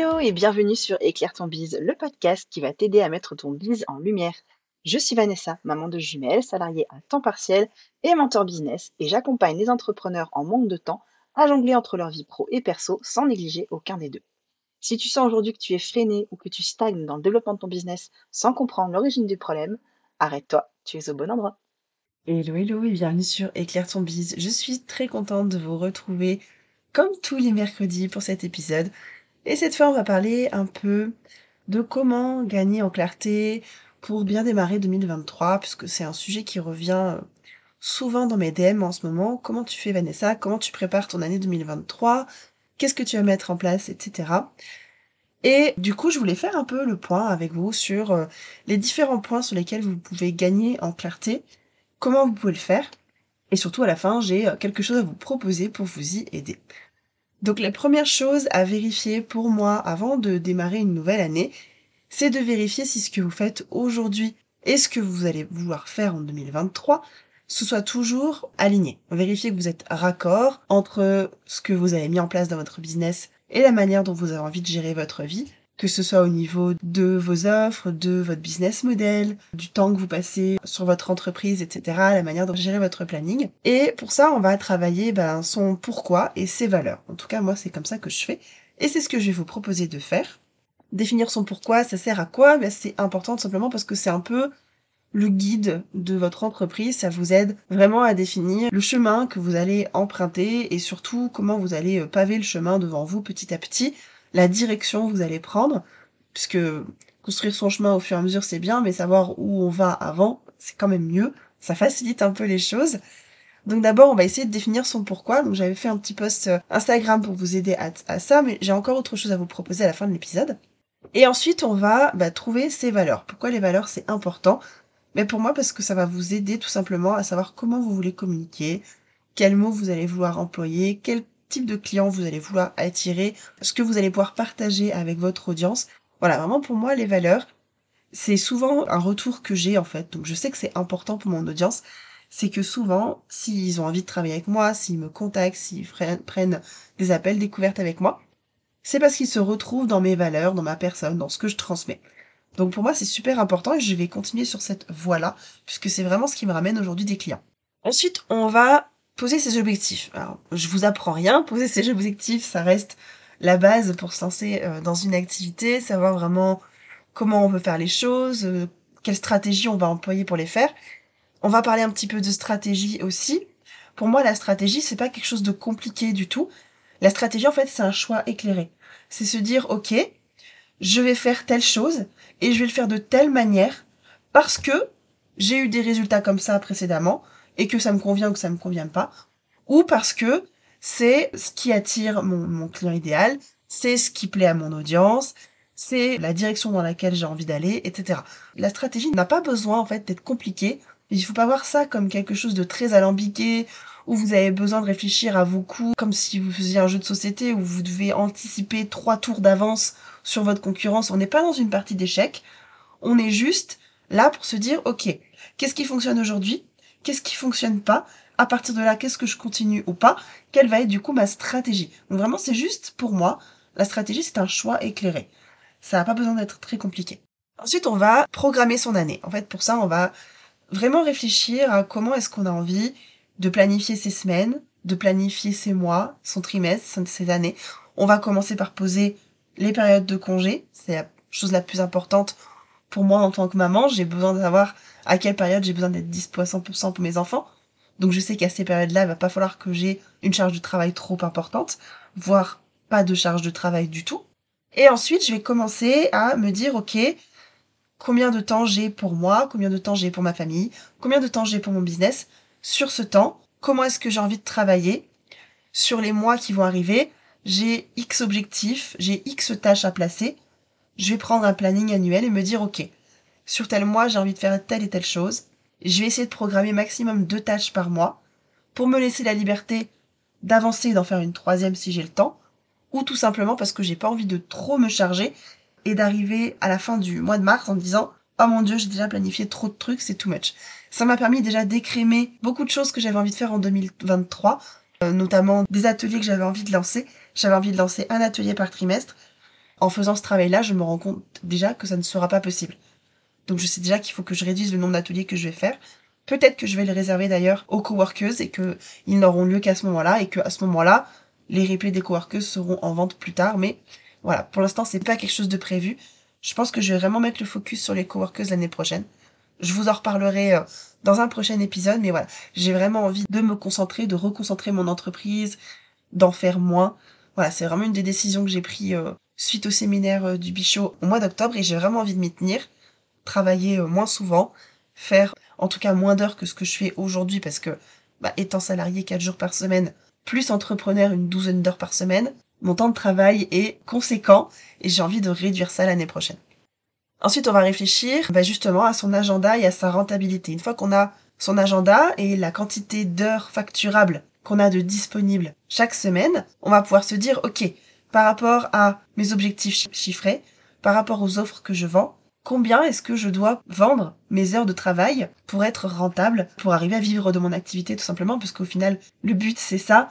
Hello et bienvenue sur Éclaire ton bise, le podcast qui va t'aider à mettre ton bise en lumière. Je suis Vanessa, maman de jumelles, salariée à temps partiel et mentor business, et j'accompagne les entrepreneurs en manque de temps à jongler entre leur vie pro et perso sans négliger aucun des deux. Si tu sens aujourd'hui que tu es freiné ou que tu stagnes dans le développement de ton business sans comprendre l'origine du problème, arrête-toi, tu es au bon endroit. Hello, hello et bienvenue sur Éclaire ton bise. Je suis très contente de vous retrouver comme tous les mercredis pour cet épisode. Et cette fois, on va parler un peu de comment gagner en clarté pour bien démarrer 2023, puisque c'est un sujet qui revient souvent dans mes DM en ce moment. Comment tu fais, Vanessa? Comment tu prépares ton année 2023? Qu'est-ce que tu vas mettre en place, etc. Et du coup, je voulais faire un peu le point avec vous sur les différents points sur lesquels vous pouvez gagner en clarté, comment vous pouvez le faire. Et surtout, à la fin, j'ai quelque chose à vous proposer pour vous y aider. Donc, la première chose à vérifier pour moi avant de démarrer une nouvelle année, c'est de vérifier si ce que vous faites aujourd'hui et ce que vous allez vouloir faire en 2023, ce soit toujours aligné. Vérifiez que vous êtes raccord entre ce que vous avez mis en place dans votre business et la manière dont vous avez envie de gérer votre vie, que ce soit au niveau de vos offres, de votre business model, du temps que vous passez sur votre entreprise, etc., la manière dont vous gérez votre planning. Et pour ça, on va travailler son pourquoi et ses valeurs. En tout cas, moi, c'est comme ça que je fais. Et c'est ce que je vais vous proposer de faire. Définir son pourquoi, ça sert à quoi? C'est important tout simplement parce que c'est un peu le guide de votre entreprise. Ça vous aide vraiment à définir le chemin que vous allez emprunter et surtout comment vous allez paver le chemin devant vous petit à petit, la direction que vous allez prendre, puisque construire son chemin au fur et à mesure c'est bien, mais savoir où on va avant, c'est quand même mieux. Ça facilite un peu les choses. Donc d'abord, on va essayer de définir son pourquoi. Donc j'avais fait un petit post Instagram pour vous aider à ça, mais j'ai encore autre chose à vous proposer à la fin de l'épisode. Et ensuite, on va trouver ses valeurs. Pourquoi les valeurs, c'est important? Mais pour moi, parce que ça va vous aider tout simplement à savoir comment vous voulez communiquer, quels mots vous allez vouloir employer, quel type de client vous allez vouloir attirer, ce que vous allez pouvoir partager avec votre audience. Voilà, vraiment pour moi, les valeurs, c'est souvent un retour que j'ai en fait. Donc je sais que c'est important pour mon audience. C'est que souvent, s'ils ont envie de travailler avec moi, s'ils me contactent, s'ils prennent des appels découvertes avec moi, c'est parce qu'ils se retrouvent dans mes valeurs, dans ma personne, dans ce que je transmets. Donc pour moi, c'est super important et je vais continuer sur cette voie-là, puisque c'est vraiment ce qui me ramène aujourd'hui des clients. Ensuite, on va poser ses objectifs. Alors, je vous apprends rien, poser ses objectifs, ça reste la base pour se lancer dans une activité, savoir vraiment comment on veut faire les choses, quelle stratégie on va employer pour les faire. On va parler un petit peu de stratégie aussi. Pour moi, la stratégie, c'est pas quelque chose de compliqué du tout. La stratégie, en fait, c'est un choix éclairé. C'est se dire, ok, je vais faire telle chose et je vais le faire de telle manière parce que j'ai eu des résultats comme ça précédemment et que ça me convient ou que ça me convient pas, ou parce que c'est ce qui attire mon client idéal, c'est ce qui plaît à mon audience, c'est la direction dans laquelle j'ai envie d'aller, etc. La stratégie n'a pas besoin en fait d'être compliquée. Il faut pas voir ça comme quelque chose de très alambiqué, où vous avez besoin de réfléchir à vos coups, comme si vous faisiez un jeu de société où vous devez anticiper 3 tours d'avance sur votre concurrence. On n'est pas dans une partie d'échecs, on est juste là pour se dire, ok, qu'est-ce qui fonctionne aujourd'hui? Qu'est-ce qui fonctionne pas? À partir de là, qu'est-ce que je continue ou pas? Quelle va être du coup ma stratégie? Donc vraiment, c'est juste pour moi, la stratégie, c'est un choix éclairé. Ça n'a pas besoin d'être très compliqué. Ensuite, on va programmer son année. En fait, pour ça, on va vraiment réfléchir à comment est-ce qu'on a envie de planifier ses semaines, de planifier ses mois, son trimestre, ses années. On va commencer par poser les périodes de congé. C'est la chose la plus importante pour moi en tant que maman. J'ai besoin de savoir à quelle période j'ai besoin d'être dispo à 100% pour mes enfants. Donc je sais qu'à ces périodes-là, il va pas falloir que j'ai une charge de travail trop importante, voire pas de charge de travail du tout. Et ensuite, je vais commencer à me dire, ok, combien de temps j'ai pour moi, combien de temps j'ai pour ma famille, combien de temps j'ai pour mon business. Sur ce temps, comment est-ce que j'ai envie de travailler sur les mois qui vont arriver. J'ai X objectifs, j'ai X tâches à placer. Je vais prendre un planning annuel et me dire, ok, sur tel mois, j'ai envie de faire telle et telle chose. Je vais essayer de programmer maximum 2 tâches par mois pour me laisser la liberté d'avancer et d'en faire une troisième si j'ai le temps, ou tout simplement parce que j'ai pas envie de trop me charger et d'arriver à la fin du mois de mars en me disant oh mon dieu, j'ai déjà planifié trop de trucs, c'est too much. Ça m'a permis déjà d'écrémer beaucoup de choses que j'avais envie de faire en 2023, notamment des ateliers que j'avais envie de lancer. J'avais envie de lancer un atelier par trimestre. En faisant ce travail-là, je me rends compte déjà que ça ne sera pas possible. Donc je sais déjà qu'il faut que je réduise le nombre d'ateliers que je vais faire. Peut-être que je vais les réserver d'ailleurs aux coworkeuses et qu'ils n'auront lieu qu'à ce moment-là et qu'à ce moment-là, les replays des coworkeuses seront en vente plus tard. Mais voilà, pour l'instant, c'est pas quelque chose de prévu. Je pense que je vais vraiment mettre le focus sur les coworkeuses l'année prochaine. Je vous en reparlerai dans un prochain épisode, mais voilà, j'ai vraiment envie de me concentrer, de reconcentrer mon entreprise, d'en faire moins. Voilà, c'est vraiment une des décisions que j'ai prises suite au séminaire du Bichot au mois d'octobre et j'ai vraiment envie de m'y tenir, travailler moins souvent, faire en tout cas moins d'heures que ce que je fais aujourd'hui parce que, étant salarié 4 jours par semaine, plus entrepreneur une douzaine d'heures par semaine, mon temps de travail est conséquent et j'ai envie de réduire ça l'année prochaine. Ensuite, on va réfléchir justement à son agenda et à sa rentabilité. Une fois qu'on a son agenda et la quantité d'heures facturables qu'on a de disponibles chaque semaine, on va pouvoir se dire, ok, par rapport à mes objectifs chiffrés, par rapport aux offres que je vends, combien est-ce que je dois vendre mes heures de travail pour être rentable, pour arriver à vivre de mon activité tout simplement, parce qu'au final, le but c'est ça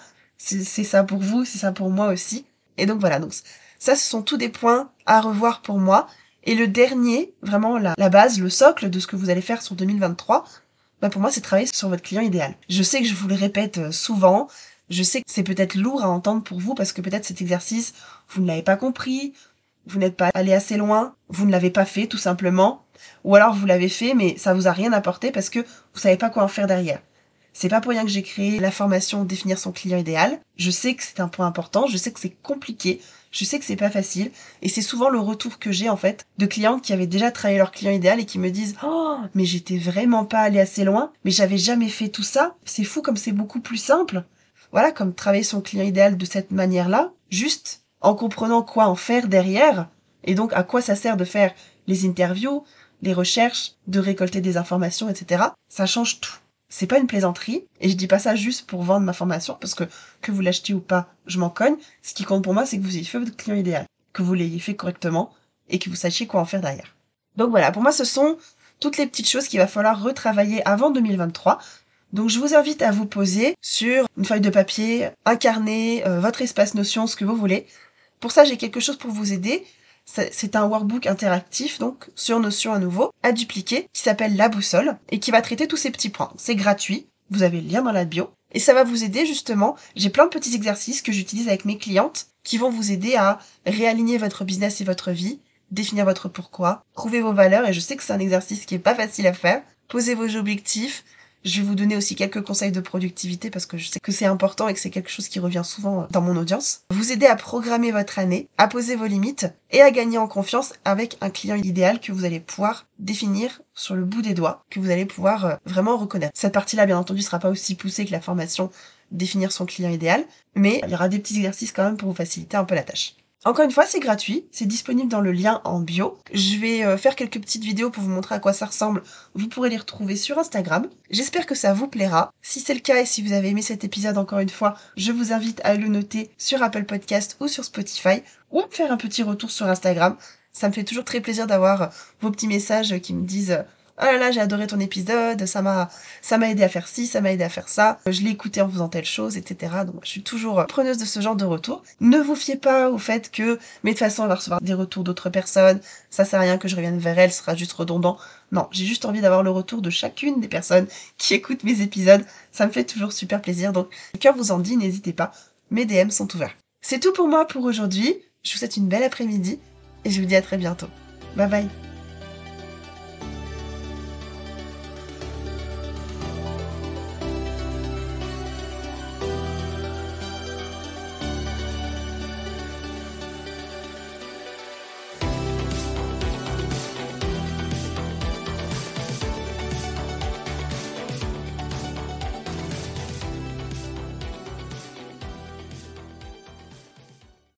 pour vous, c'est ça pour moi aussi. Et donc voilà, donc ça ce sont tous des points à revoir pour moi. Et le dernier, vraiment la base, le socle de ce que vous allez faire sur 2023, pour moi, c'est travailler sur votre client idéal. Je sais que je vous le répète souvent, je sais que c'est peut-être lourd à entendre pour vous parce que peut-être cet exercice, vous ne l'avez pas compris, vous n'êtes pas allé assez loin, vous ne l'avez pas fait tout simplement, ou alors vous l'avez fait mais ça vous a rien apporté parce que vous savez pas quoi en faire derrière. C'est pas pour rien que j'ai créé la formation Définir son client idéal. Je sais que c'est un point important, je sais que c'est compliqué, je sais que c'est pas facile, et c'est souvent le retour que j'ai en fait de clientes qui avaient déjà travaillé leur client idéal et qui me disent «Oh, mais j'étais vraiment pas allée assez loin, mais j'avais jamais fait tout ça, c'est fou comme c'est beaucoup plus simple». Voilà, comme travailler son client idéal de cette manière-là, juste en comprenant quoi en faire derrière, et donc à quoi ça sert de faire les interviews, les recherches, de récolter des informations, etc. Ça change tout. C'est pas une plaisanterie, et je dis pas ça juste pour vendre ma formation, parce que vous l'achetiez ou pas, je m'en cogne. Ce qui compte pour moi, c'est que vous ayez fait votre client idéal, que vous l'ayez fait correctement, et que vous sachiez quoi en faire derrière. Donc voilà, pour moi, ce sont toutes les petites choses qu'il va falloir retravailler avant 2023. Donc je vous invite à vous poser sur une feuille de papier, un carnet, votre espace Notion, ce que vous voulez. Pour ça, j'ai quelque chose pour vous aider. C'est un workbook interactif, donc sur Notion à nouveau, à dupliquer, qui s'appelle La Boussole, et qui va traiter tous ces petits points. C'est gratuit, vous avez le lien dans la bio, et ça va vous aider justement. J'ai plein de petits exercices que j'utilise avec mes clientes, qui vont vous aider à réaligner votre business et votre vie, définir votre pourquoi, trouver vos valeurs, et je sais que c'est un exercice qui est pas facile à faire. Posez vos objectifs. Je vais vous donner aussi quelques conseils de productivité parce que je sais que c'est important et que c'est quelque chose qui revient souvent dans mon audience. Vous aider à programmer votre année, à poser vos limites et à gagner en confiance avec un client idéal que vous allez pouvoir définir sur le bout des doigts, que vous allez pouvoir vraiment reconnaître. Cette partie-là, bien entendu, sera pas aussi poussée que la formation Définir son client idéal, mais il y aura des petits exercices quand même pour vous faciliter un peu la tâche. Encore une fois, c'est gratuit, c'est disponible dans le lien en bio. Je vais faire quelques petites vidéos pour vous montrer à quoi ça ressemble. Vous pourrez les retrouver sur Instagram. J'espère que ça vous plaira. Si c'est le cas et si vous avez aimé cet épisode encore une fois, je vous invite à le noter sur Apple Podcast ou sur Spotify ou à me faire un petit retour sur Instagram. Ça me fait toujours très plaisir d'avoir vos petits messages qui me disent «Oh là là, j'ai adoré ton épisode, ça m'a aidé à faire ci, ça m'a aidé à faire ça, je l'ai écouté en faisant telle chose, etc.» Donc je suis toujours preneuse de ce genre de retour. Ne vous fiez pas au fait que, mais de toute façon, on va recevoir des retours d'autres personnes, ça sert à rien que je revienne vers elles, ce sera juste redondant. Non, j'ai juste envie d'avoir le retour de chacune des personnes qui écoutent mes épisodes. Ça me fait toujours super plaisir, donc le cœur vous en dit, n'hésitez pas. Mes DM sont ouverts. C'est tout pour moi pour aujourd'hui. Je vous souhaite une belle après-midi et je vous dis à très bientôt. Bye bye.